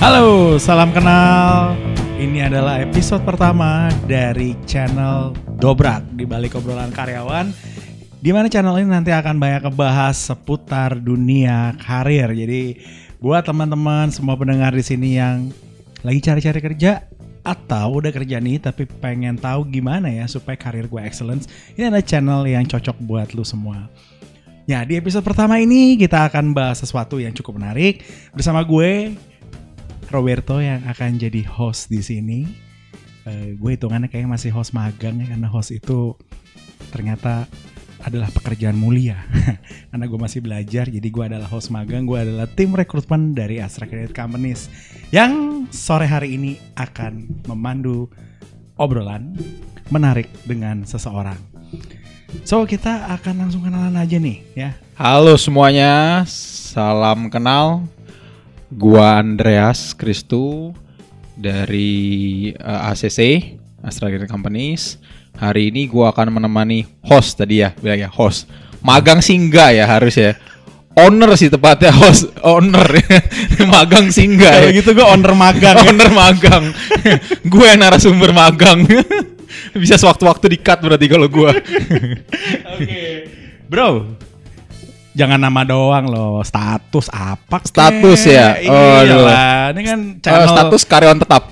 Halo, salam kenal. Ini adalah episode pertama dari channel Dobrak di balik obrolan karyawan. Di mana channel ini nanti akan banyak ngebahas seputar dunia karir. Jadi buat teman-teman semua pendengar di sini yang lagi cari-cari kerja atau udah kerja nih tapi pengen tahu gimana ya supaya karir gue excellence, ini adalah channel yang cocok buat lu semua. Ya, di episode pertama ini kita akan bahas sesuatu yang cukup menarik bersama gue Roberto yang akan jadi host di sini. Gue hitungannya kayaknya masih host magang ya, karena host itu ternyata adalah pekerjaan mulia. Karena gue masih belajar, jadi gue adalah host magang. Gue adalah tim rekrutmen dari Astra Credit Companies yang sore hari ini akan memandu obrolan menarik dengan seseorang. So, kita akan langsung kenalan aja nih ya. Halo semuanya, salam kenal. Gua Andreas Kristu dari ACC, Astra Credit Companies. Hari ini gua akan menemani host tadi ya, bilang ya host. Magang sih enggak ya harus ya. Owner sih tepatnya, host owner. Magang sih enggak. Kalau gitu gue owner magang. Owner magang. Gue yang narasumber magang. Bisa sewaktu-waktu di-cut berarti kalau gua. Oke. Bro, jangan nama doang loh, status apa? Status ya. Oh, iyalah. Ini kan channel status karyawan tetap.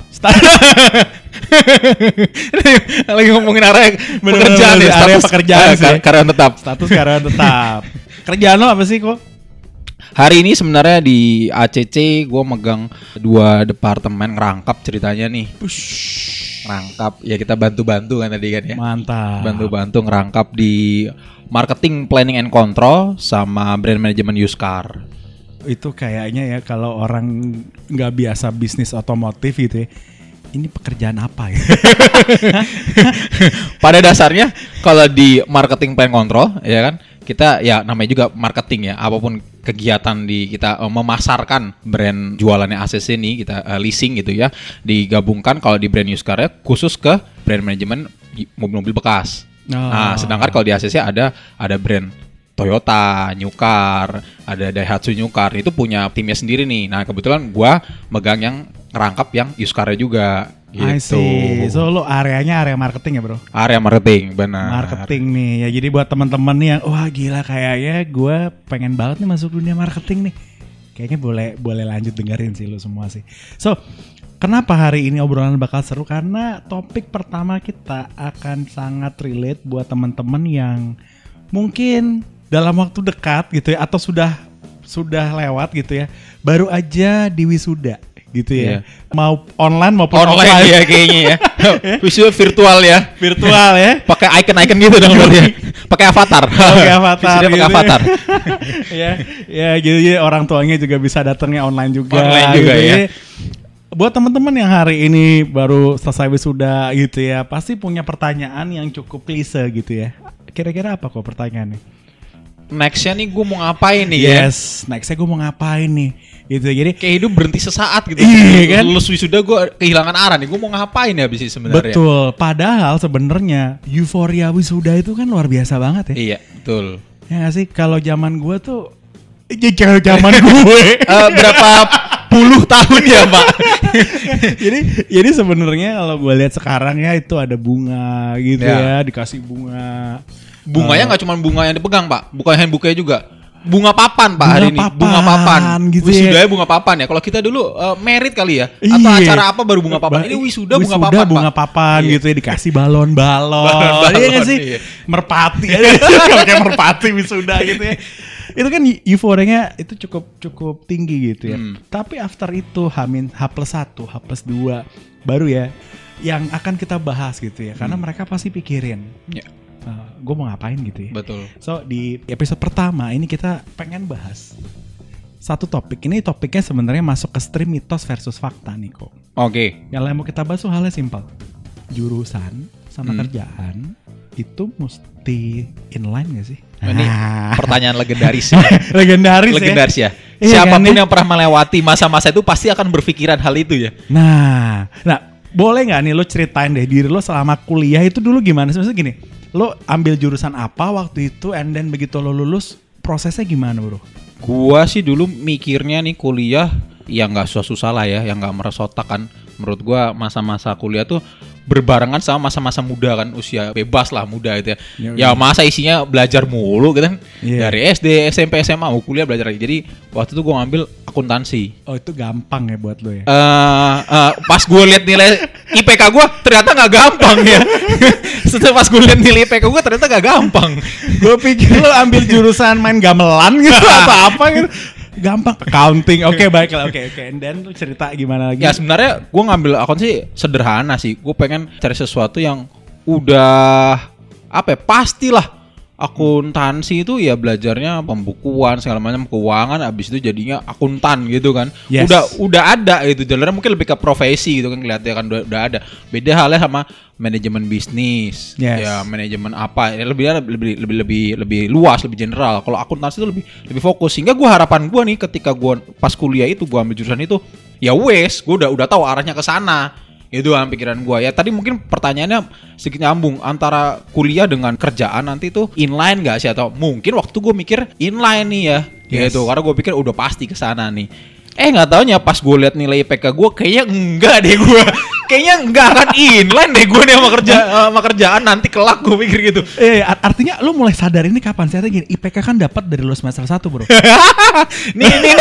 Lagi ngomongin area pekerjaan ya, area pekerjaan sih. Karyawan tetap. Status karyawan tetap. Kerjaan lo apa sih kok? Hari ini sebenarnya di ACC gue megang 2 departemen ngerangkap ceritanya nih. Ngerangkap ya, kita bantu-bantu kan tadi kan ya. Mantap. Bantu-bantu ngerangkap di marketing, planning and control sama brand management used car. Itu kayaknya ya kalau orang nggak biasa bisnis otomotif gitu ya, ini pekerjaan apa ya? Pada dasarnya kalau di marketing plan control ya kan, kita ya namanya juga marketing ya, apapun kegiatan di kita memasarkan brand jualannya ACC nih, kita leasing gitu ya, digabungkan kalau di brand used car ya khusus ke brand manajemen mobil-mobil bekas. Nah, sedangkan kalau di ACC ada brand Toyota, New Car, ada Daihatsu New Car, itu punya timnya sendiri nih. Nah, kebetulan gua megang yang ngerangkap yang used car juga gitu. I see. So lo areanya area marketing ya bro? Area marketing, benar. Marketing nih ya, jadi buat teman-teman nih yang wah gila kayaknya gue pengen banget nih masuk dunia marketing nih, kayaknya boleh lanjut dengerin sih lo semua sih. So, kenapa hari ini obrolan bakal seru? Karena topik pertama kita akan sangat relate buat teman-teman yang mungkin dalam waktu dekat gitu ya, atau sudah lewat gitu ya, baru aja di wisuda gitu ya. Mau online maupun offline ya kayaknya ya. Wisuda virtual ya. Virtual ya. Pakai icon gitu dong berarti ya. Pakai avatar. Pakai avatar. Wisuda pakai avatar. Ya jadi orang tuanya juga bisa datangnya online juga. Online juga gitu ya. Buat teman-teman yang hari ini baru selesai wisuda gitu ya, pasti punya pertanyaan yang cukup klise gitu ya. Kira-kira apa kok pertanyaannya? Nextnya nih gue mau ngapain nih Yes, nextnya gue mau ngapain nih gitu. Jadi kayak hidup berhenti sesaat gitu. Iya kan? Lulus wisuda gue kehilangan arah nih. Gue mau ngapain ya abis ini sebenarnya? Betul. Padahal sebenarnya euforia wisuda itu kan luar biasa banget ya. Iya, betul. Ya nggak sih, kalau zaman gue tuh zaman gue berapa puluh tahun ya Pak. jadi sebenarnya kalau gue lihat sekarang ya itu ada bunga gitu ya, dikasih bunga. Bunganya nggak cuma bunga yang dipegang Pak, bukan handbooknya juga. Bunga papan Pak hari ini. Bunga papan gitu wisudanya ya. Bunga papan ya. Kalau kita dulu merit kali ya. Atau acara apa baru bunga papan. Ini wisuda bunga papan bunga Pak. Papan gitu ya, dikasih balon. Iya nggak sih? Iya. Merpati aja. Kayak merpati wisuda gitu ya. Itu kan euforianya itu cukup tinggi gitu ya. Tapi after itu H+1, H+2 baru ya yang akan kita bahas gitu ya. Karena mereka pasti pikirin. Ya. Gue mau ngapain gitu ya. Betul. So di episode pertama ini kita pengen bahas satu topik. Ini topiknya sebenarnya masuk ke stream mitos versus fakta nih kok. Oke. Yang mau kita bahas tuh halnya simpel. Jurusan sama kerjaan itu mesti inline gak sih? Ini pertanyaan legendaris ya. Legendaris ya. Iya, Siapapun kan, yang pernah melewati masa-masa itu pasti akan berpikiran hal itu ya. Nah, boleh nggak nih lo ceritain deh diri lo selama kuliah itu dulu gimana? Maksudnya gini, lo ambil jurusan apa waktu itu, and then begitu lo lulus prosesnya gimana bro? Gua sih dulu mikirnya nih kuliah yang nggak susah-susah lah ya, yang nggak merosotak kan. Menurut gue masa-masa kuliah tuh berbarengan sama masa-masa muda kan, usia bebas lah muda itu ya. Ya masa isinya belajar mulu gitu kan. Dari SD, SMP, SMA, mau kuliah belajar lagi. Jadi waktu itu gue ngambil akuntansi. Oh itu gampang ya buat lo ya? Pas gue lihat nilai IPK gue ternyata nggak gampang ya. Setelah pas gue lihat nilai IPK gue ternyata nggak gampang. Gue pikir lo ambil jurusan main gamelan gitu atau apa gitu. Gampang accounting. Oke, baiklah. Oke. And then lu cerita gimana lagi? Ya sebenarnya gue ngambil akuntansi sederhana sih. Gue pengen cari sesuatu yang udah pastilah. Akuntansi itu ya belajarnya pembukuan segala macam, keuangan, abis itu jadinya akuntan gitu kan. Yes. Udah ada itu jalurnya, mungkin lebih ke profesi gitu kan, kelihatannya kan udah ada. Beda halnya sama manajemen bisnis. Yes. Ya manajemen apa ya, lebih luas, lebih general. Kalau akuntansi itu lebih fokus. Sehingga harapan gue nih ketika gue pas kuliah itu gue ambil jurusan itu, ya wes gue udah tahu arahnya ke sana. Itu pikiran gue ya. Tadi mungkin pertanyaannya sedikit nyambung antara kuliah dengan kerjaan nanti tuh inline gak sih, atau mungkin waktu gue mikir inline nih ya. Yes. Gitu, karena gue pikir udah pasti ke sana nih. Nggak taunya pas gue lihat nilai IPK gue kayaknya enggak deh gue. Kayaknya enggak akan inline deh gue nih sama kerjaan nanti kelak, gue pikir gitu. Artinya lu mulai sadar ini kapan sih? Artinya gini, IPK kan dapat dari lu semester 1 bro. Ini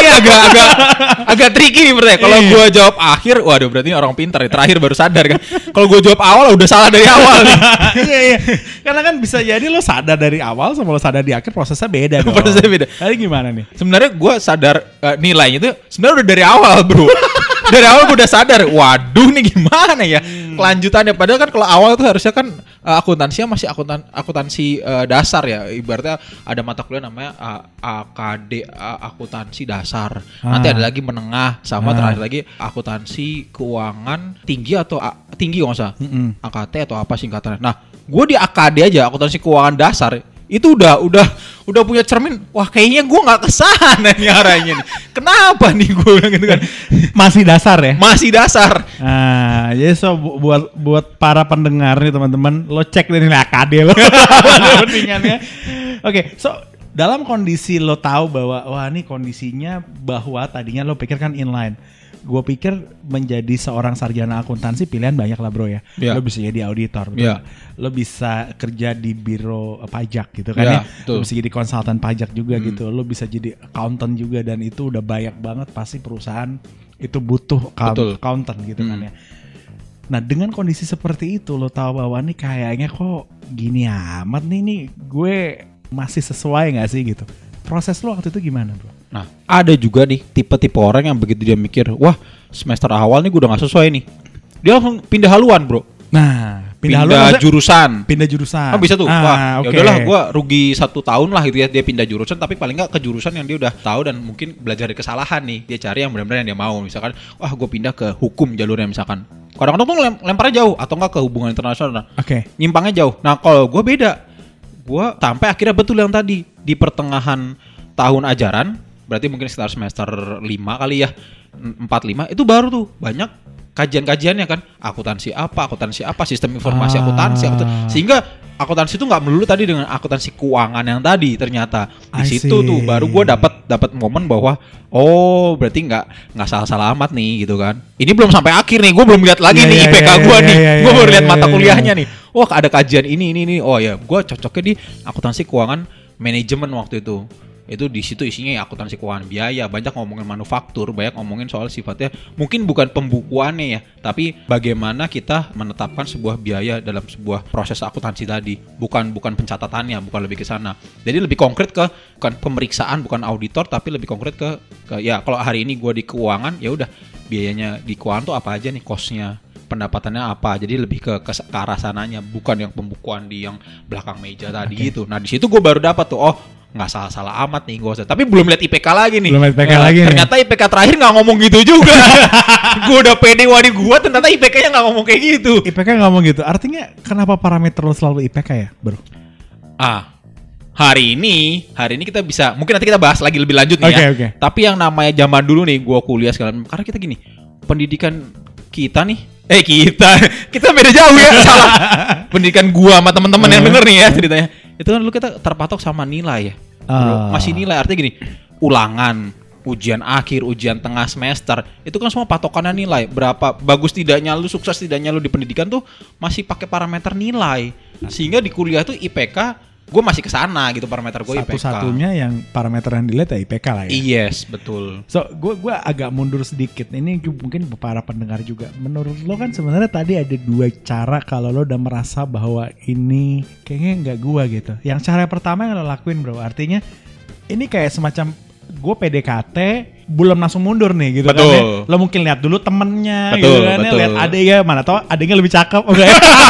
agak tricky nih berarti. Kalau gue jawab akhir, waduh berarti orang pintar ya. Terakhir baru sadar kan. Kalau gue jawab awal udah salah dari awal nih. Iya. Karena kan bisa jadi lu sadar dari awal sama lu sadar di akhir prosesnya beda dong. Prosesnya beda. Tadi gimana nih? Sebenarnya gue sadar nilainya itu sebenarnya udah dari awal bro. Dari awal gue udah sadar, waduh nih gimana ya kelanjutannya. Padahal kan kalau awal tuh harusnya kan akuntansinya masih akuntansi dasar ya. Ibaratnya ada mata kuliah namanya AKD, akuntansi dasar. Nanti ada lagi menengah, sama terakhir lagi akuntansi keuangan tinggi atau tinggi nggak usah, AKT atau apa singkatannya. Nah, gue di AKD aja, akuntansi keuangan dasar. Itu udah punya cermin, wah kayaknya gue nggak kesana nih arahnya nih. Kenapa nih gue bilang gitu kan? Masih dasar ya? Masih dasar. Nah, jadi so buat para pendengar nih teman-teman, lo cek deh nilai AKD lo. Bandingannya. Oke, so dalam kondisi lo tahu bahwa wah ini kondisinya bahwa tadinya lo pikir kan inline. Gue pikir menjadi seorang sarjana akuntansi pilihan banyak lah bro ya. Lo bisa jadi auditor, lo bisa kerja di biro pajak gitu kan ya. Lo bisa jadi konsultan pajak juga gitu. Lo bisa jadi accountant juga, dan itu udah banyak banget pasti perusahaan itu butuh accountant gitu kan ya. Nah dengan kondisi seperti itu lo tahu bahwa nih kayaknya kok gini amat nih gue masih sesuai nggak sih gitu. Proses lo waktu itu gimana bro? Nah, ada juga nih tipe-tipe orang yang begitu dia mikir, wah semester awal nih gue udah gak sesuai nih, dia langsung pindah haluan bro. Nah, pindah jurusan. Oh, bisa tuh. Wah, ya udahlah gue rugi 1 tahun lah gitu ya, dia pindah jurusan, tapi paling nggak ke jurusan yang dia udah tahu dan mungkin belajar dari kesalahan nih. Dia cari yang benar-benar yang dia mau. Misalkan, wah gue pindah ke hukum jalurnya misalkan. Kadang-kadang tuh lemparnya jauh atau nggak ke hubungan internasional. Nyimpangnya jauh. Nah kalau gue beda, gue sampai akhirnya betul yang tadi di pertengahan tahun ajaran, berarti mungkin sekitar semester 5 kali ya, 4-5 itu baru tuh banyak kajian-kajiannya kan, akuntansi apa, sistem informasi akuntansi, sehingga akuntansi itu nggak melulu tadi dengan akuntansi keuangan yang tadi. Ternyata di situ tuh baru gue dapat momen bahwa oh berarti nggak salah amat nih gitu kan. Ini belum sampai akhir nih, gue belum lihat lagi nih IPK gue nih, gue baru lihat mata kuliahnya nih. Wah ada kajian ini, oh ya gue cocoknya di akuntansi keuangan manajemen waktu itu. Itu di situ isinya ya akuntansi keuangan biaya, banyak ngomongin manufaktur, banyak ngomongin soal sifatnya mungkin bukan pembukuannya ya, tapi bagaimana kita menetapkan sebuah biaya dalam sebuah proses akuntansi tadi, bukan pencatatannya, bukan lebih ke sana. Jadi lebih konkret ke bukan pemeriksaan, bukan auditor, tapi lebih konkret ke ya kalau hari ini gue di keuangan, ya udah biayanya di keuangan tuh apa aja nih, cost-nya, pendapatannya apa. Jadi lebih ke arah sananya, bukan yang pembukuan di yang belakang meja tadi gitu. Nah di situ gue baru dapat tuh, oh nggak salah amat nih gue, tapi belum lihat IPK lagi nih. Ternyata IPK terakhir nggak ngomong gitu juga. Gue udah pede wadi gue, ternyata IPK-nya nggak ngomong kayak gitu. IPK nggak ngomong gitu. Artinya kenapa parameter lo selalu IPK ya, bro? Hari ini kita bisa, mungkin nanti kita bahas lagi lebih lanjut nih ya. Tapi yang namanya zaman dulu nih, gue kuliah segala, karena kita gini, pendidikan kita nih, kita beda jauh ya, salah. Pendidikan gua sama teman-teman yang denger nih ya ceritanya. Itu kan dulu kita terpatok sama nilai ya. Masih nilai, artinya gini, ulangan ujian akhir, ujian tengah semester, itu kan semua patokannya nilai. Berapa bagus tidaknya lu, sukses tidaknya lu di pendidikan tuh masih pakai parameter nilai. Sehingga di kuliah tuh IPK gue masih kesana gitu, parameter gue IPK. Satu-satunya yang parameter yang dilihat ya IPK lah ya. Yes, betul. So, gue agak mundur sedikit. Ini mungkin para pendengar juga. Menurut lo kan sebenarnya tadi ada 2 cara kalau lo udah merasa bahwa ini kayaknya nggak gue gitu. Yang cara pertama yang lo lakuin bro, artinya ini kayak semacam gue PDKT belum langsung mundur nih gitu. Betul. Kan ya. Lo mungkin lihat dulu temennya Betul, gitu kan ya. betul. Lihat adeknya, mana tau adeknya lebih cakep. Oke.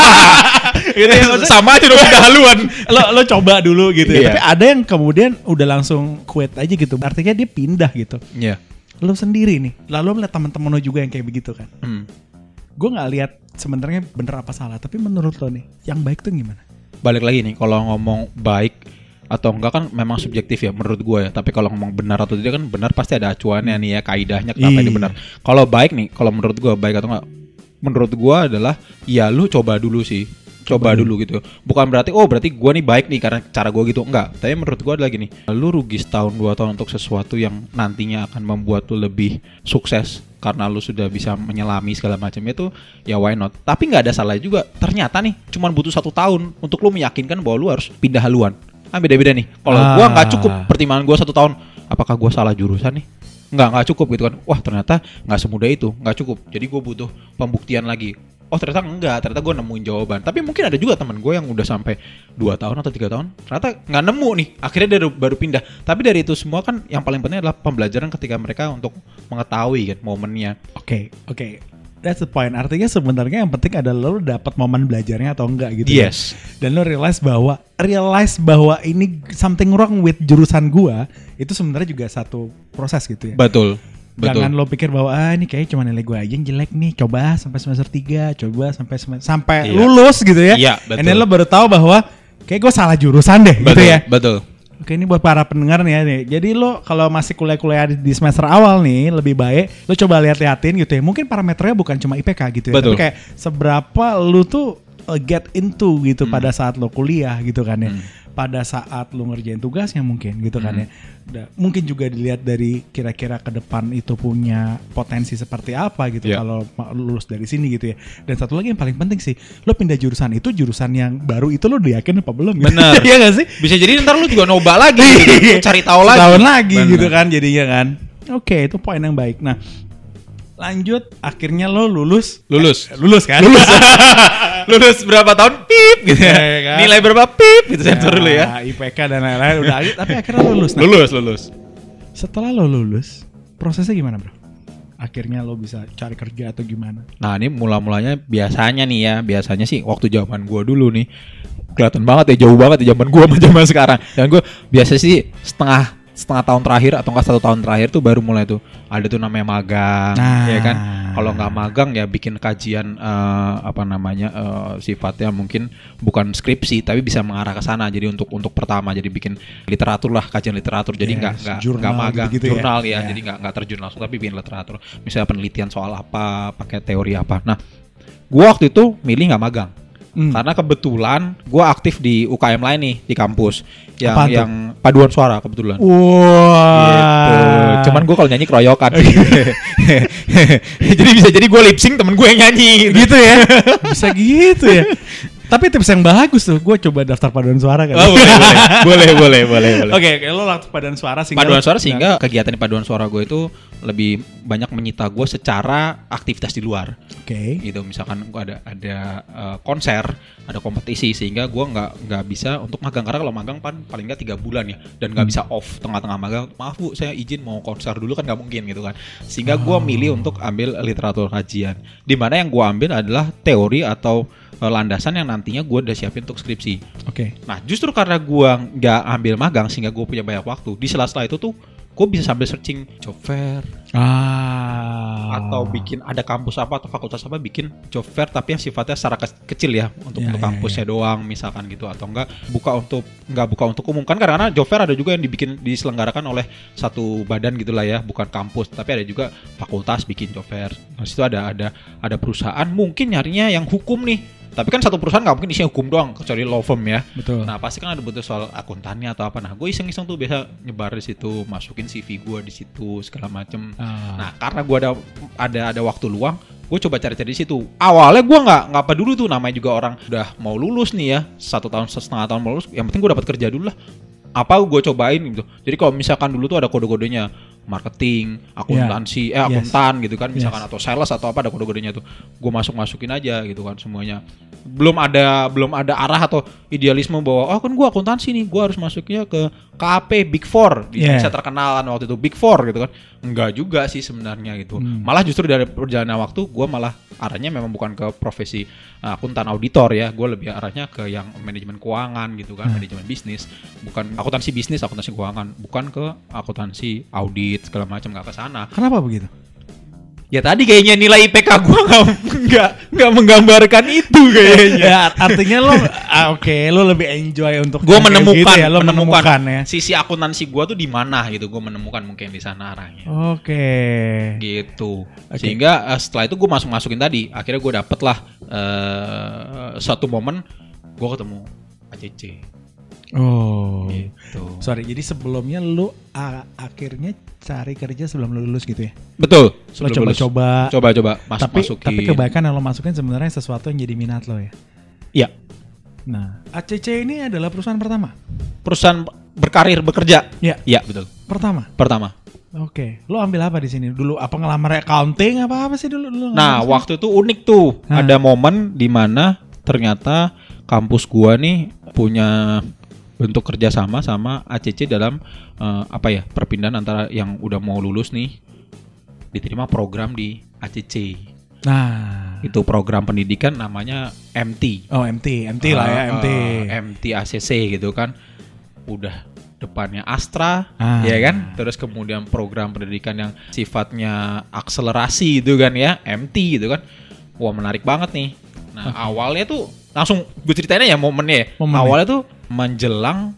Gitu ya, sama aja dong udah haluan. lo coba dulu gitu ya. Iya. Tapi ada yang kemudian udah langsung quit aja gitu. Artinya dia pindah gitu. Iya. Lo sendiri nih. Lalu melihat teman-teman lo juga yang kayak begitu kan. Gue nggak lihat sebenarnya bener apa salah. Tapi menurut lo nih, yang baik tuh gimana? Balik lagi nih, kalau ngomong baik atau enggak kan memang subjektif ya menurut gue ya. Tapi kalau ngomong benar atau tidak kan benar pasti ada acuannya nih ya, kaidahnya kenapa ini benar. Kalau baik nih, kalau menurut gue baik atau enggak, menurut gue adalah ya lu coba dulu sih. Coba dulu gitu. Bukan berarti berarti gue nih baik nih karena cara gue gitu. Enggak. Tapi menurut gue adalah gini. Lu rugi setahun 2 tahun untuk sesuatu yang nantinya akan membuat lu lebih sukses karena lu sudah bisa menyelami segala macam itu, ya why not. Tapi gak ada salah juga. Ternyata nih cuman butuh 1 tahun untuk lu meyakinkan bahwa lu harus pindah haluan. Beda-beda nih. Kalau gue gak cukup pertimbangan gue 1 tahun. Apakah gue salah jurusan nih? Nggak cukup gitu kan. Wah ternyata nggak semudah itu. Nggak cukup. Jadi gue butuh pembuktian lagi. Oh ternyata enggak, ternyata gue nemuin jawaban. Tapi mungkin ada juga teman gue yang udah sampai 2 tahun atau 3 tahun ternyata nggak nemu nih, akhirnya dia baru pindah. Tapi dari itu semua kan yang paling penting adalah pembelajaran ketika mereka untuk mengetahui kan momennya. Oke. That's the point. Artinya sebenarnya yang penting adalah lo dapat momen belajarnya atau enggak gitu. Yes. Ya. Dan lo realize bahwa ini something wrong with jurusan gua, itu sebenarnya juga satu proses gitu ya. Betul. Jangan lo pikir bahwa ini kayaknya cuma nilai gue aja yang jelek nih. Coba sampai semester 3, coba sampai lulus gitu ya. Iya, betul. Dan lo baru tahu bahwa kayak gue salah jurusan deh betul, gitu ya. Betul. Oke, ini buat para pendengar nih ya. Jadi lo kalau masih kuliah-kuliah di semester awal nih, lebih baik lo coba lihat-liatin gitu ya. Mungkin parameternya bukan cuma IPK gitu ya. Betul. Tapi kayak seberapa lo tuh get into gitu pada saat lo kuliah gitu kan ya. Pada saat lo ngerjain tugasnya mungkin gitu kan ya. Mungkin juga dilihat dari kira-kira ke depan itu punya potensi seperti apa gitu kalau lulus dari sini gitu ya. Dan satu lagi yang paling penting sih, lo pindah jurusan itu jurusan yang baru itu lo udah yakin apa belum gitu. Benar. Iya gak sih? Bisa jadi ntar lu juga noba lagi gitu. Cari tahu lagi. Tahun lagi Bener. gitu kan jadinya kan. Oke, itu poin yang baik. Nah, lanjut akhirnya lo lulus kan? Lulus berapa tahun? Pip gitu ya. Kan? Nilai berapa? Pip gitu sensor dulu ya. IPK dan lain-lain udah tapi akhirnya lo lulus. Nah, Lulus. setelah lo lulus, prosesnya gimana, Bro? Akhirnya lo bisa cari kerja atau gimana? Nah, ini mula-mulanya biasanya sih waktu zaman gua dulu nih kelihatan banget ya, jauh banget ya zaman gua sama zaman sekarang. Dan gua biasa sih setengah tahun terakhir atau enggak 1 tahun terakhir tuh baru mulai tuh ada tuh namanya magang, ya kan. Kalau nggak magang ya bikin kajian sifatnya mungkin bukan skripsi tapi bisa mengarah ke sana. Jadi untuk pertama jadi bikin literatur lah, kajian literatur. Jadi nggak magang gitu jurnal ya. Jadi nggak terjun langsung tapi bikin literatur. Misalnya penelitian soal apa, pakai teori apa. Nah, gua waktu itu milih nggak magang. Karena kebetulan gue aktif di UKM lain nih di kampus yang paduan suara kebetulan. Wah. Gitu. Cuman gue kalau nyanyi keroyokan. Jadi gue lip sync, temen gue yang nyanyi. Gitu ya. Bisa gitu ya. Tapi tips yang bagus tuh, gue coba daftar paduan suara kan. Oh, boleh. Oke, lo daftar paduan suara sehingga kegiatan di paduan suara gue itu lebih banyak menyita gue secara aktivitas di luar. Oke. Gitu, misalkan gue ada konser, ada kompetisi, sehingga gue nggak bisa untuk magang, karena kalau magang paling nggak 3 bulan ya, dan nggak bisa off tengah-tengah magang. Maaf Bu, saya izin mau konser dulu, kan nggak mungkin gitu kan. Sehingga gue milih untuk ambil literatur kajian, di mana yang gue ambil adalah teori atau landasan yang nantinya gue udah siapin untuk skripsi. Oke. Nah, justru karena gue nggak ambil magang sehingga gue punya banyak waktu. Di sela-sela itu tuh gue bisa sambil searching job fair, atau bikin ada kampus apa atau fakultas apa bikin job fair tapi yang sifatnya secara kecil ya untuk kampusnya doang misalkan gitu, atau nggak buka untuk umum kan, karena job fair ada juga yang diselenggarakan oleh satu badan gitulah ya, bukan kampus, tapi ada juga fakultas bikin job fair. Nah, situ ada perusahaan mungkin nyarinya yang hukum nih. Tapi kan satu perusahaan nggak mungkin isinya hukum doang, kecuali law firm ya. Betul. Nah pasti kan ada butuh soal akuntannya atau apa. Nah gue iseng-iseng tuh biasa nyebar di situ, masukin CV gue di situ segala macem. Nah karena gue ada waktu luang, gue coba cari-cari di situ. Awalnya gue nggak peduli tuh, namanya juga orang udah mau lulus nih ya, 1,5 tahun mau lulus. Yang penting gue dapat kerja dulu lah. Apa gue cobain gitu. Jadi kalau misalkan dulu tuh ada kode-kodenya, marketing, akuntansi, akuntan gitu kan, misalkan atau sales atau apa, ada kode-kodenya tuh. Gue masukin aja gitu kan semuanya. Belum ada arah atau idealisme bahwa kan gue akuntansi nih, gue harus masuknya ke KAP Big Four. Di Indonesia terkenalan waktu itu Big Four gitu kan. Enggak juga sih sebenarnya gitu. Malah justru dari perjalanan waktu gue malah arahnya memang bukan ke profesi akuntan auditor ya. Gue lebih arahnya ke yang manajemen keuangan gitu kan, manajemen bisnis. Bukan akuntansi bisnis, akuntansi keuangan, bukan ke akuntansi audit segala macam, nggak ke sana. Kenapa begitu? Ya tadi kayaknya nilai IPK gue nggak menggambarkan itu kayaknya. Ya artinya lo lebih enjoy untuk gue menemukan gitu ya, lo menemukan ya. Sisi akuntansi gue tuh di mana gitu, gue menemukan mungkin di sana arahnya. Gitu. Sehingga setelah itu gue masukin tadi, akhirnya gue dapet lah suatu momen gue ketemu ACC. Gitu. Sorry, jadi sebelumnya lu akhirnya cari kerja sebelum lu lulus gitu ya? Betul. Lo coba-coba masukin. Tapi kebaikan yang lo masukin sebenarnya sesuatu yang jadi minat lo ya? Iya. Nah, ACC ini adalah perusahaan pertama? Perusahaan berkarir bekerja. Iya, betul. Pertama. Oke. Lo ambil apa di sini? Dulu apa ngelamar accounting apa sih dulu? Nah, waktu itu unik tuh. Ada momen di mana ternyata kampus gua nih punya bentuk kerjasama sama ACC dalam perpindahan antara yang udah mau lulus nih diterima program di ACC. Nah, itu program pendidikan namanya MT. MT lah ya, MT ACC gitu kan. Udah depannya Astra, ya kan? Terus kemudian program pendidikan yang sifatnya akselerasi gitu kan ya, MT gitu kan. Wah, menarik banget nih. Nah, awalnya tuh langsung gue ceritain aja momennya. Awalnya tuh menjelang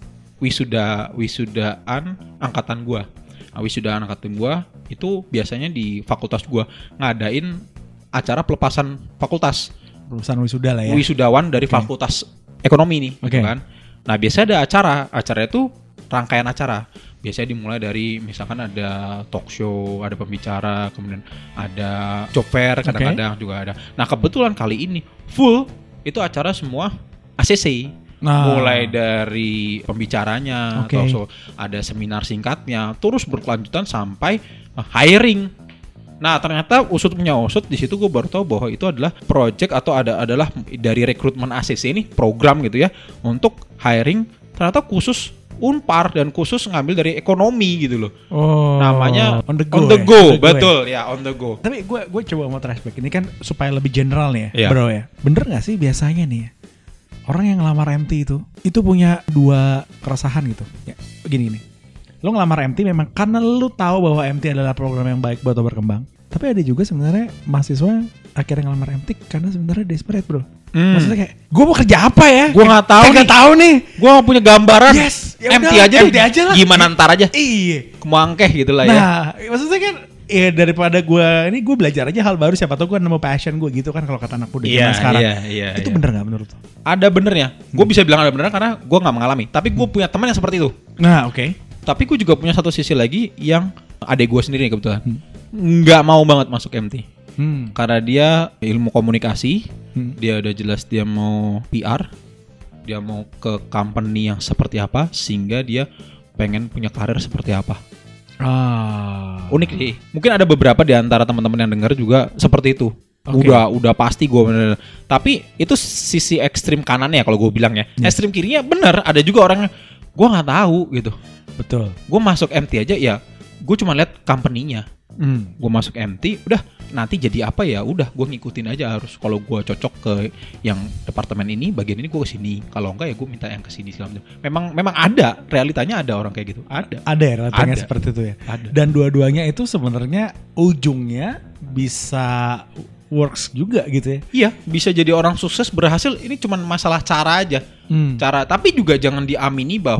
wisudaan angkatan gua. Wisudaan angkatan gua itu biasanya di fakultas gua ngadain acara pelepasan fakultas. Lulusan wisuda lah ya. Wisudawan dari fakultas ekonomi nih, gitu kan. Nah, biasanya ada acara itu rangkaian acara. Biasanya dimulai dari misalkan ada talk show, ada pembicara, kemudian ada job fair, kadang-kadang juga ada. Nah, kebetulan kali ini full itu acara semua ACC. Mulai dari pembicaranya, atau ada seminar singkatnya, terus berkelanjutan sampai hiring. Nah, ternyata usut punya usut, di situ gue baru tahu bahwa itu adalah project atau adalah dari rekrutmen ACC ini, program gitu ya, untuk hiring ternyata khusus Unpar dan khusus ngambil dari ekonomi gitu loh. Namanya on the go. Betul ya, on the go. Tapi gue coba mau flashback ini kan supaya lebih general nih ya, bro ya. Bener nggak sih biasanya nih ya, orang yang ngelamar MT itu punya dua keresahan gitu. Ya, begini nih. Lo ngelamar MT memang karena lo tahu bahwa MT adalah program yang baik buat lo berkembang. Tapi ada juga sebenarnya mahasiswa akhirnya ngelamar MT karena sebenarnya desperate, bro. Maksudnya kayak, gue mau kerja apa ya? Gue nggak tahu nih. Gue nggak punya gambaran. MT aja lah. Gimana ntar aja? Iya. Kemangkeh gitu lah ya. Nah, maksudnya kan ya daripada gue belajar aja hal baru, siapa tahu gue nemu passion gue gitu kan, kalau kata anak muda zaman sekarang. Itu bener nggak menurut lo? Ada benernya. Gue bisa bilang ada benernya karena gue nggak mengalami. Tapi gue punya teman yang seperti itu. Nah, oke. Tapi gue juga punya satu sisi lagi yang adek gue sendiri kebetulan nggak mau banget masuk MT. Karena dia ilmu komunikasi, dia udah jelas dia mau PR, dia mau ke company yang seperti apa, sehingga dia pengen punya karir seperti apa. Unik sih. Mungkin ada beberapa di antara teman-teman yang dengar juga seperti itu. Udah pasti gue bener. Tapi itu sisi ekstrim kanannya kalau gue bilang ya. Ekstrim kirinya bener, ada juga orang yang gue nggak tahu gitu. Betul. Gue masuk MT aja ya, gue cuma lihat company-nya. Gue masuk MT, udah nanti jadi apa ya, udah gue ngikutin aja harus. Kalau gue cocok ke yang departemen ini, bagian ini gue kesini. Kalau enggak ya gue minta yang kesini segala macam. Memang ada, realitanya ada orang kayak gitu. Ada ya realitanya seperti itu ya. Ada. Dan dua-duanya itu sebenarnya ujungnya bisa works juga gitu ya. Iya, bisa jadi orang sukses berhasil. Ini cuma masalah cara aja. Cara, tapi juga jangan diamini bahwa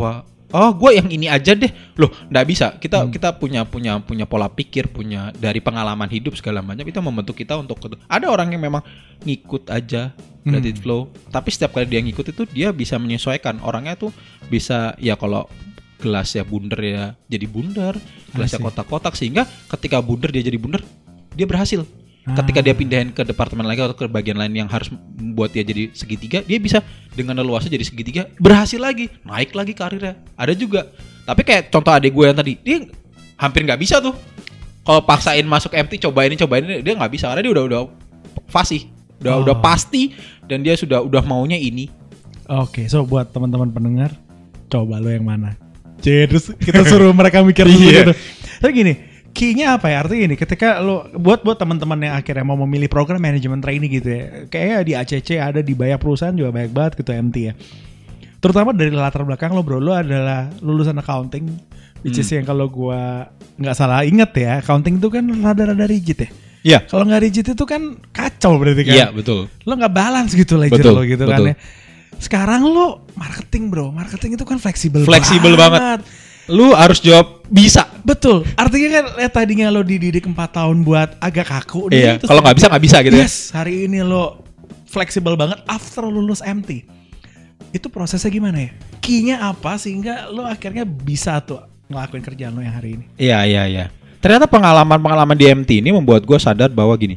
oh gue yang ini aja deh. Loh nggak bisa, kita punya pola pikir, punya dari pengalaman hidup segala macam, itu membentuk kita untuk ada orang yang memang ngikut aja let it flow, tapi setiap kali dia ngikut itu dia bisa menyesuaikan. Orangnya tuh bisa, ya kalau gelasnya bundar ya jadi bundar, gelasnya kotak-kotak, sehingga ketika bundar dia jadi bundar, dia berhasil. Ketika dia pindahin ke departemen lagi atau ke bagian lain yang harus membuat dia jadi segitiga, dia bisa dengan leluasa jadi segitiga, berhasil lagi, naik lagi karirnya. Ada juga. Tapi kayak contoh adik gue yang tadi, dia hampir nggak bisa tuh. Kalau paksain masuk MT, cobain dia nggak bisa karena dia udah fasih, udah pasti, dan dia udah maunya ini. Oke, so buat teman-teman pendengar, coba lo yang mana? Terus kita suruh mereka mikir dulu gitu. Tapi gini, key-nya apa ya? Artinya ini, ketika lo buat teman-teman yang akhirnya mau memilih program manajemen trainee gitu ya, kayaknya di ACC ada, di banyak perusahaan juga banyak banget gitu MT ya. Terutama dari latar belakang lo bro, lo adalah lulusan accounting, which is yang kalau gua nggak salah inget ya, accounting itu kan rada-rada rigid ya. Iya. Kalau nggak rigid itu kan kacau berarti kan. Iya betul. Lo nggak balance gitu ledger lo gitu kan ya. Sekarang lo marketing bro, marketing itu kan fleksibel banget. Lu harus jawab bisa. Betul. Artinya kan tadinya lo dididik 4 tahun buat agak kaku. Iya. Kalau nggak bisa gitu ya. Yes. Hari ini lo fleksibel banget after lulus MT. Itu prosesnya gimana ya? Key-nya apa sehingga lo akhirnya bisa tuh ngelakuin kerjaan lo yang hari ini? Iya. Ternyata pengalaman di MT ini membuat gue sadar bahwa gini.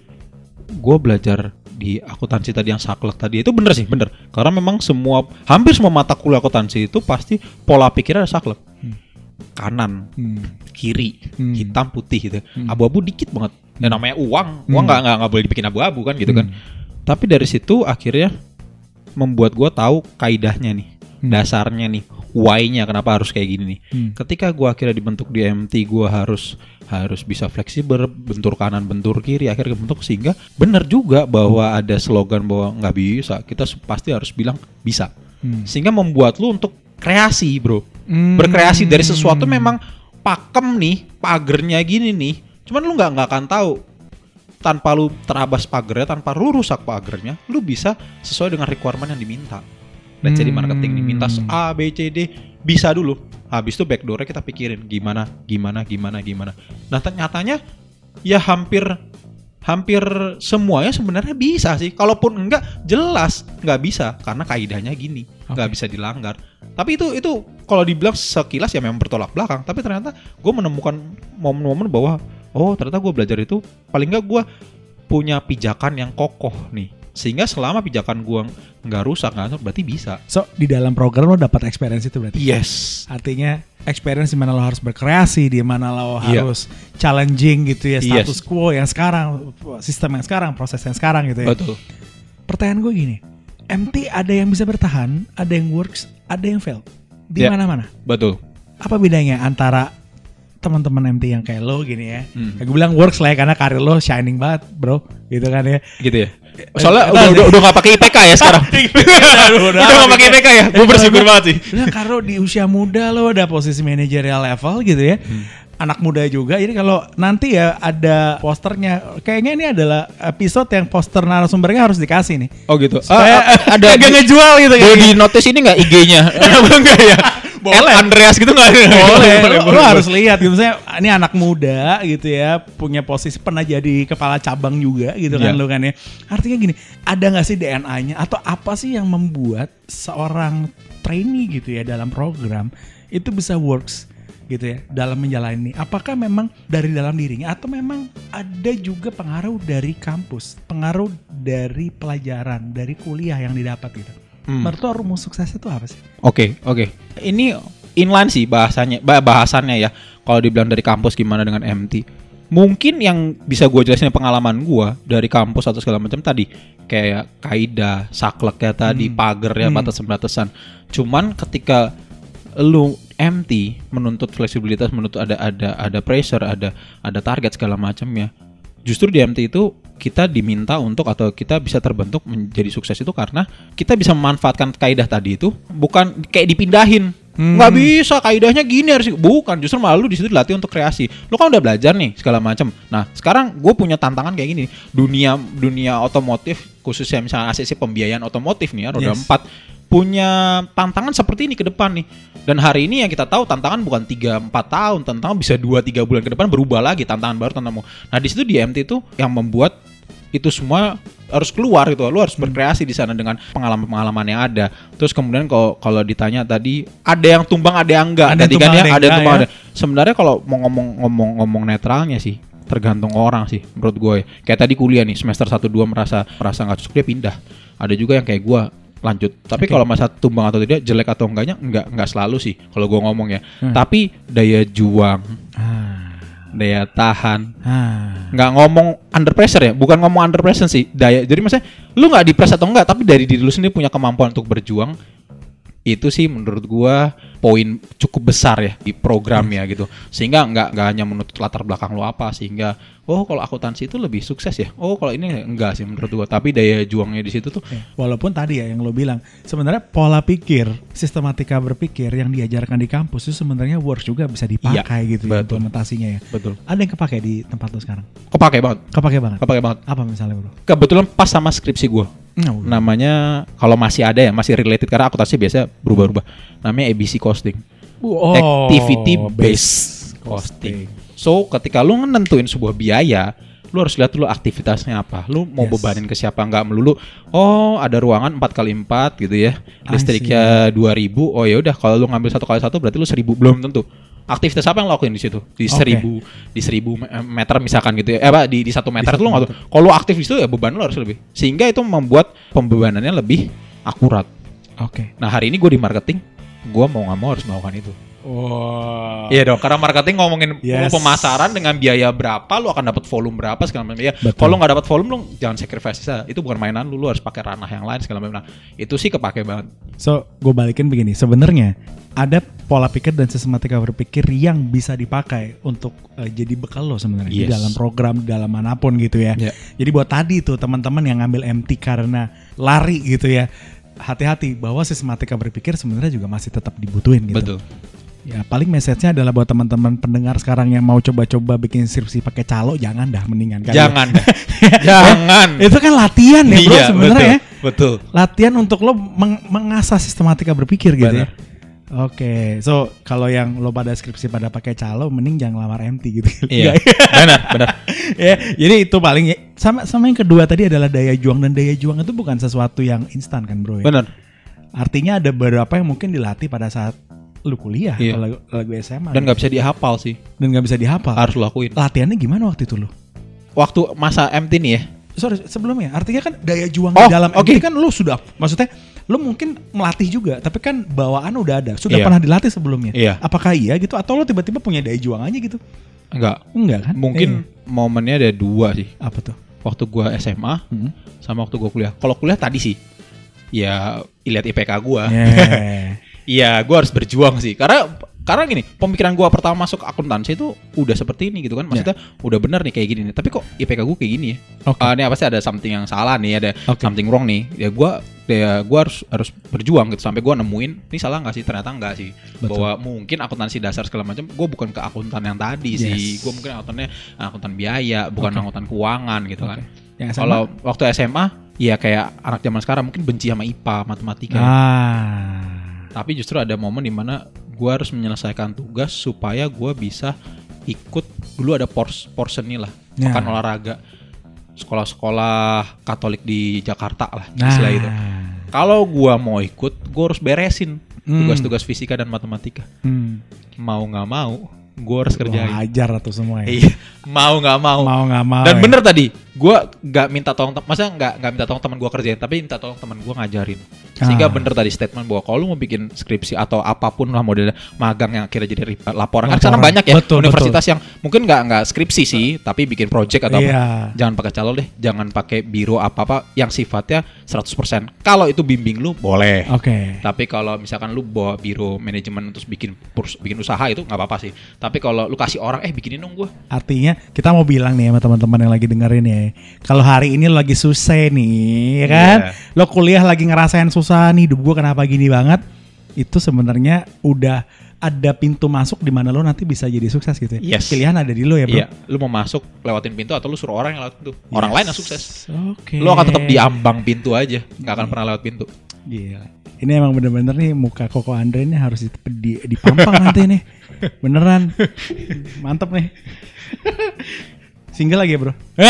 Gue belajar di akuntansi tadi yang saklek tadi itu bener. Karena memang hampir semua mata kuliah akuntansi itu pasti pola pikirnya ada saklek. Kanan, kiri, hitam, putih gitu. Abu-abu dikit banget. Ya namanya uang nggak boleh dibikin abu-abu kan gitu kan. Tapi dari situ akhirnya membuat gue tahu kaidahnya nih, dasarnya nih, why-nya kenapa harus kayak gini nih. Ketika gue akhirnya dibentuk di MT, gue harus bisa fleksibel, bentur kanan, bentur kiri, akhirnya bentuk, sehingga benar juga bahwa ada slogan bahwa nggak bisa, kita pasti harus bilang bisa. Sehingga membuat lu untuk kreasi bro, berkreasi dari sesuatu memang pakem nih, pagernya gini nih, cuman lu nggak akan tahu. Tanpa lu terabas pagernya, tanpa lu rusak pagernya, lu bisa sesuai dengan requirement yang diminta. Let's say di marketing diminta A, B, C, D, bisa dulu. Habis itu backdoor-nya kita pikirin gimana. Nah ternyatanya ya hampir semuanya sebenarnya bisa sih. Kalaupun enggak, jelas enggak bisa karena kaidahnya gini, enggak bisa dilanggar. Tapi itu kalau dibilang sekilas ya memang bertolak belakang. Tapi ternyata gue menemukan momen-momen bahwa ternyata gue belajar itu paling enggak gue punya pijakan yang kokoh nih. Sehingga selama pijakan gue nggak rusak, berarti bisa. So di dalam program lo dapat experience itu berarti? Yes. Artinya experience di mana lo harus berkreasi, di mana lo harus challenging gitu ya, status quo yang sekarang, sistem yang sekarang, proses yang sekarang gitu ya. Betul. Pertanyaan gue gini, MT ada yang bisa bertahan, ada yang works, ada yang fail. Di mana-mana. Betul. Apa bedanya antara teman-teman MT yang kayak lo gini ya? Gue bilang works lah ya, karena karir lo shining banget bro, gitu kan ya. Gitu ya. Soalnya udah gak pakai IPK ya sekarang. Udah gak pakai IPK ya. Gue bersyukur banget sih. Nah, karena di usia muda lo ada posisi managerial level gitu ya. Anak muda juga. Jadi kalau nanti ya ada posternya, kayaknya ini adalah episode yang poster narasumbernya harus dikasih nih. Oh gitu. Ada agak ngejual gitu. Boleh di notice ini nggak IG-nya? Enggak ya. Boleh. Andreas gitu nggak? Boleh. Lo harus lihat gitu. Misalnya ini anak muda gitu ya, punya posisi pernah jadi kepala cabang juga gitu kan lo kan ya. Artinya gini, ada nggak sih DNA-nya atau apa sih yang membuat seorang trainee gitu ya dalam program itu bisa works gitu ya dalam menjalani? Apakah memang dari dalam dirinya atau memang ada juga pengaruh dari kampus, pengaruh dari pelajaran, dari kuliah yang didapat gitu? Menurut lo rumus suksesnya itu apa sih? Oke. Ini inline sih bahasannya ya. Kalau dibilang dari kampus gimana dengan MT, mungkin yang bisa gue jelasin pengalaman gue dari kampus atau segala macam tadi, kayak kaidah, sakleknya tadi, pagar ya, batasan-batasan. Cuman ketika lu MT menuntut fleksibilitas, menuntut ada pressure, ada target segala macamnya. Justru di MT itu kita diminta untuk, atau kita bisa terbentuk menjadi sukses itu karena kita bisa memanfaatkan kaidah tadi itu, bukan kayak dipindahin. Nggak bisa, kaidahnya gini harus, bukan, justru malah lu di situ dilatih untuk kreasi. Lu kan udah belajar nih segala macam. Nah sekarang gue punya tantangan kayak gini, dunia otomotif khususnya misalnya ACC pembiayaan otomotif nih ya, roda 4 punya tantangan seperti ini ke depan nih. Dan hari ini yang kita tahu tantangan bukan 3-4 tahun, tantangan bisa 2-3 bulan ke depan berubah lagi, tantangan baru, tantangan. Nah, di situ di MT itu yang membuat itu semua harus keluar gitu. Lu harus berkreasi di sana dengan pengalaman-pengalaman yang ada. Terus kemudian kalau ditanya tadi ada yang tumbang, ada yang enggak. Ada yang tumbang, ada yang tumbang. ya? Sebenarnya kalau mau ngomong netralnya sih tergantung orang sih menurut gue. Kayak tadi kuliah nih semester 1-2 merasa enggak cocok, dia pindah. Ada juga yang kayak gue lanjut. Tapi kalau masa tumbang atau tidak, jelek atau enggaknya enggak selalu sih kalau gue ngomong ya. Tapi daya juang, daya tahan. Nggak ngomong under pressure ya, bukan ngomong under pressure sih. Jadi maksudnya lu nggak di press atau enggak, tapi dari diri lu sendiri punya kemampuan untuk berjuang. Itu sih menurut gua poin cukup besar ya di program ya gitu. Sehingga nggak hanya menuntut latar belakang lu apa, sehingga kalau akuntansi itu lebih sukses ya. Kalau ini enggak sih menurut gua, tapi daya juangnya di situ tuh. Walaupun tadi ya yang lo bilang, sebenarnya pola pikir, sistematika berpikir yang diajarkan di kampus itu sebenarnya works juga bisa dipakai gitu ya, implementasinya ya. Betul. Ada yang kepakai di tempat lo sekarang? Kepakai banget. Kepakai banget. Apa misalnya bro? Kebetulan pas sama skripsi gua. Namanya kalau masih ada ya, masih related karena akuntansi biasa berubah-ubah. Namanya ABC Costing. Activity Based Costing. So ketika lu nentuin sebuah biaya, lu harus lihat dulu aktivitasnya apa. Lu mau bebanin ke siapa, nggak melulu ada ruangan 4x4 gitu ya. Listriknya 2.000. Oh ya udah, kalau lu ngambil 1x1 berarti lu 1.000, belum tentu. Aktivitas apa yang lo lakuin di situ? Di 1000 meter misalkan gitu ya. Di 1 meter itu lo nggak tahu. Kalau aktif di situ ya beban lo harus lebih. Sehingga itu membuat pembebanannya lebih akurat. Nah hari ini gue di marketing, gue mau nggak mau harus melakukan itu. Iya dong, karena marketing ngomongin pemasaran dengan biaya berapa, lu akan dapat volume berapa segala macam. Ya, kalau nggak dapat volume, lu jangan sacrifice. Itu bukan mainan lu harus pakai ranah yang lain segala macam. Nah, itu sih kepake banget. So, gue balikin begini, sebenarnya ada pola pikir dan sistematika berpikir yang bisa dipakai untuk jadi bekal lo sebenarnya di dalam program, dalam manapun gitu ya. Jadi buat tadi tuh teman-teman yang ngambil MT karena lari gitu ya, hati-hati bahwa sistematika berpikir sebenarnya juga masih tetap dibutuhin gitu. Betul. Ya paling message-nya adalah buat teman-teman pendengar sekarang yang mau coba-coba bikin skripsi pakai calo, jangan dah, mendingan kan. Jangan. Itu kan latihan ya bro sebenarnya ya. Betul. Latihan untuk lo mengasah sistematika berpikir gitu ya. So kalau yang lo pada skripsi pada pakai calo, mending jangan lamar MT gitu. Iya. benar. Ya, jadi itu paling ya. Sama yang kedua tadi adalah daya juang, dan daya juang itu bukan sesuatu yang instan kan bro ya. Benar. Artinya ada beberapa yang mungkin dilatih pada saat lu kuliah atau lagu SMA. Dan nggak bisa dihafal sih. Harus lo lakuin. Latihannya gimana waktu itu lu? Waktu masa MT nih ya. Sorry, sebelumnya. Artinya kan daya juang di dalam MT kan lu sudah, maksudnya lu mungkin melatih juga, tapi kan bawaan udah ada. Sudah pernah dilatih sebelumnya. Apakah iya gitu, atau lu tiba-tiba punya daya juang aja gitu? Enggak kan? Mungkin momennya ada 2 sih. Apa tuh? Waktu gua SMA sama waktu gua kuliah. Kalau kuliah tadi sih ya lihat IPK gua. Iya, gue harus berjuang sih. Karena gini, pemikiran gue pertama masuk akuntansi itu udah seperti ini gitu kan. Maksudnya udah bener nih kayak gini nih. Tapi kok IPK gue kayak gini ya? Ini apa sih, ada something yang salah nih, ada something wrong nih. Ya gue harus berjuang gitu sampai gue nemuin ini salah nggak sih? Ternyata nggak sih. Bahwa mungkin akuntansi dasar segala macam, gue bukan ke akuntan yang tadi sih. Gue mungkin akuntan biaya, bukan akuntan keuangan gitu kan. Kalau waktu SMA, ya kayak anak zaman sekarang mungkin benci sama IPA, matematika. Tapi justru ada momen dimana gue harus menyelesaikan tugas supaya gue bisa ikut. Dulu ada portion nih lah, pekan olahraga sekolah-sekolah Katolik di Jakarta lah, istilah itu. Kalau gue mau ikut, gue harus beresin tugas-tugas fisika dan matematika. Mau nggak mau, gue harus kerjain. Wajar atau semua ya. Iya, mau nggak mau. Dan bener tadi, gue nggak minta tolong, maksudnya nggak minta tolong teman gue kerjain, tapi minta tolong teman gue ngajarin. Sehingga bener tadi statement bahwa kalau lu mau bikin skripsi atau apapun lah model magang yang akhirnya jadi laporan. Kan sekarang banyak ya universitas yang mungkin nggak skripsi sih, tapi bikin project atau apa. Jangan pakai calo deh, jangan pakai biro apa yang sifatnya 100%. Kalau itu bimbing lu boleh. Tapi kalau misalkan lu bawa biro manajemen terus bikin usaha, itu nggak apa-apa sih. Tapi kalau lu kasih orang bikinin dong gue. Artinya kita mau bilang nih sama teman-teman yang lagi dengerin ya, kalau hari ini lo lagi susah nih, ya kan? Lo kuliah lagi ngerasain susah nih, hidup gue kenapa gini banget? Itu sebenarnya udah ada pintu masuk di mana lo nanti bisa jadi sukses gitu ya. Pilihan ada di lo ya bro. Iya, lo mau masuk lewatin pintu atau lo suruh orang yang lewatin pintu. Orang lain yang sukses. Lo akan tetap di ambang pintu aja, nggak akan pernah lewat pintu. Gila. Ini emang bener-bener nih muka Koko Andre ini harus dipampang nanti nih. Beneran. Mantep nih. Single lagi ya bro?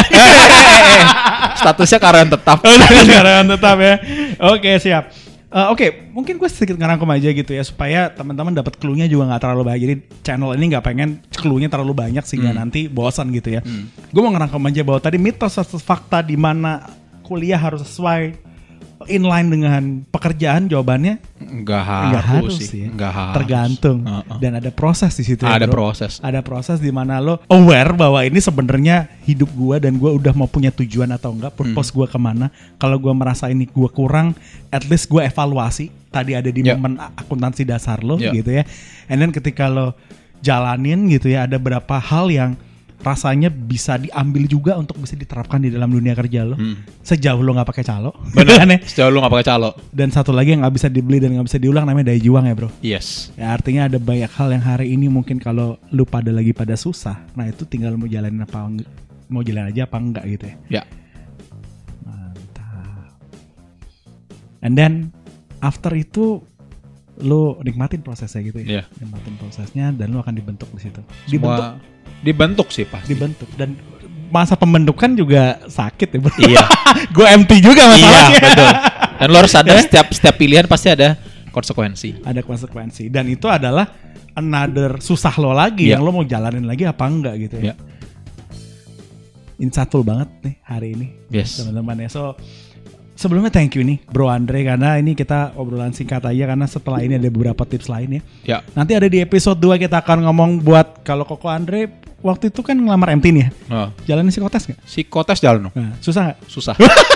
Statusnya karyawan tetap. Karyawan tetap ya. Oke siap. Oke, mungkin gue sedikit ngerangkum aja gitu ya supaya teman-teman dapat clue-nya juga nggak terlalu banyak. Jadi channel ini nggak pengen clue-nya terlalu banyak sehingga nanti bosan gitu ya. Gue mau ngerangkum aja bahwa tadi mitos atau fakta di mana kuliah harus sesuai inline dengan pekerjaan, jawabannya nggak harus sih. Nggak harus. Tergantung. Dan ada proses di situ. Ada ya, bro. proses. Ada proses di mana lo aware bahwa ini sebenarnya hidup gue dan gue udah mau punya tujuan atau enggak, purpose gue kemana. Kalau gue merasa ini gue kurang, at least gue evaluasi. Tadi ada di momen akuntansi dasar lo gitu ya. And then ketika lo jalanin gitu ya, ada beberapa hal yang rasanya bisa diambil juga untuk bisa diterapkan di dalam dunia kerja lo. Sejauh lo nggak pakai calo. Bener. Sejauh lo nggak pakai calo. Dan satu lagi yang nggak bisa dibeli dan nggak bisa diulang namanya daya juang ya bro. Yes. Ya artinya ada banyak hal yang hari ini mungkin kalau lu pada lagi pada susah, nah itu tinggal mau jalanin apa mau jalan aja apa enggak gitu ya. Ya. Mantap. And then after itu lu nikmatin prosesnya gitu ya. Nikmatin prosesnya dan lu akan dibentuk di situ. Dibentuk sih pasti. Dibentuk dan masa pembentukan juga sakit ya bro. Iya. Gue empty juga masalahnya. Iya betul. Dan lo harus sadar setiap pilihan pasti ada konsekuensi. Ada konsekuensi dan itu adalah another susah lo lagi yang lo mau jalanin lagi apa enggak gitu ya. Insightful banget nih hari ini teman-teman ya. So sebelumnya thank you nih Bro Andre karena ini kita obrolan singkat aja karena setelah ini ada beberapa tips lain ya. Nanti ada di episode 2 kita akan ngomong buat kalau Koko Andre waktu itu kan ngelamar MT nih ya. Jalanin psikotes gak? Psikotes jalan. Nah, susah gak? Susah.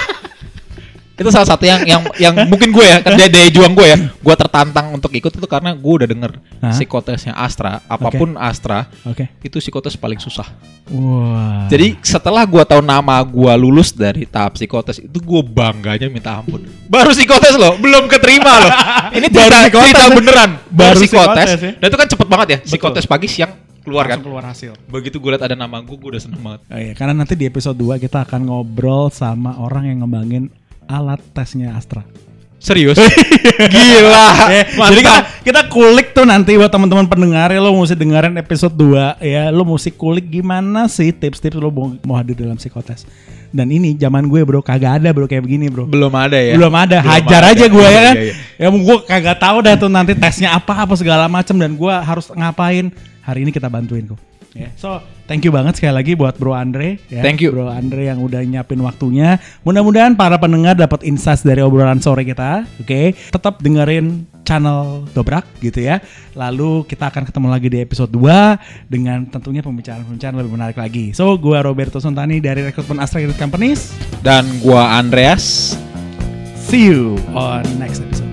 Itu salah satu yang mungkin gue ya, daya juang gue ya. Gue tertantang untuk ikut itu karena gue udah denger psikotesnya Astra, apapun Astra, itu psikotes paling susah. Wow. Jadi setelah gue tahu nama gue lulus dari tahap psikotes itu gue bangganya minta ampun. Baru psikotes loh, belum keterima loh. Ini cerita beneran. Baru psikotes. Ya? Dan itu kan cepet banget ya. Psikotes pagi siang keluar kan. Keluar hasil. Begitu gue liat ada nama gue udah seneng banget. Oh iya, karena nanti di episode 2 kita akan ngobrol sama orang yang ngembangin alat tesnya Astra. Serius? Gila. Jadi kita kulik tuh nanti buat teman-teman pendengar ya, lo mesti dengerin episode 2 ya. Lo mesti kulik gimana sih tips-tips lo mau hadir dalam psikotes. Dan ini zaman gue bro kagak ada bro kayak begini bro. Belum ada ya. Belum ada. Hajar aja gue ya kan. Ya gue kagak tahu dah tuh nanti tesnya apa segala macam dan gue harus ngapain. Hari ini kita bantuin kok. Yeah. So thank you banget sekali lagi buat Bro Andre ya. Thank you Bro Andre yang udah nyiapin waktunya. Mudah-mudahan para pendengar dapat insights dari obrolan sore kita. Oke. Tetap dengerin channel Dobrak gitu ya. Lalu kita akan ketemu lagi di episode 2 dengan tentunya pembicaraan-pembicaraan lebih menarik lagi. So gua Roberto Sontani dari Rekrutmen Astra Companies dan gua Andreas. See you on next episode.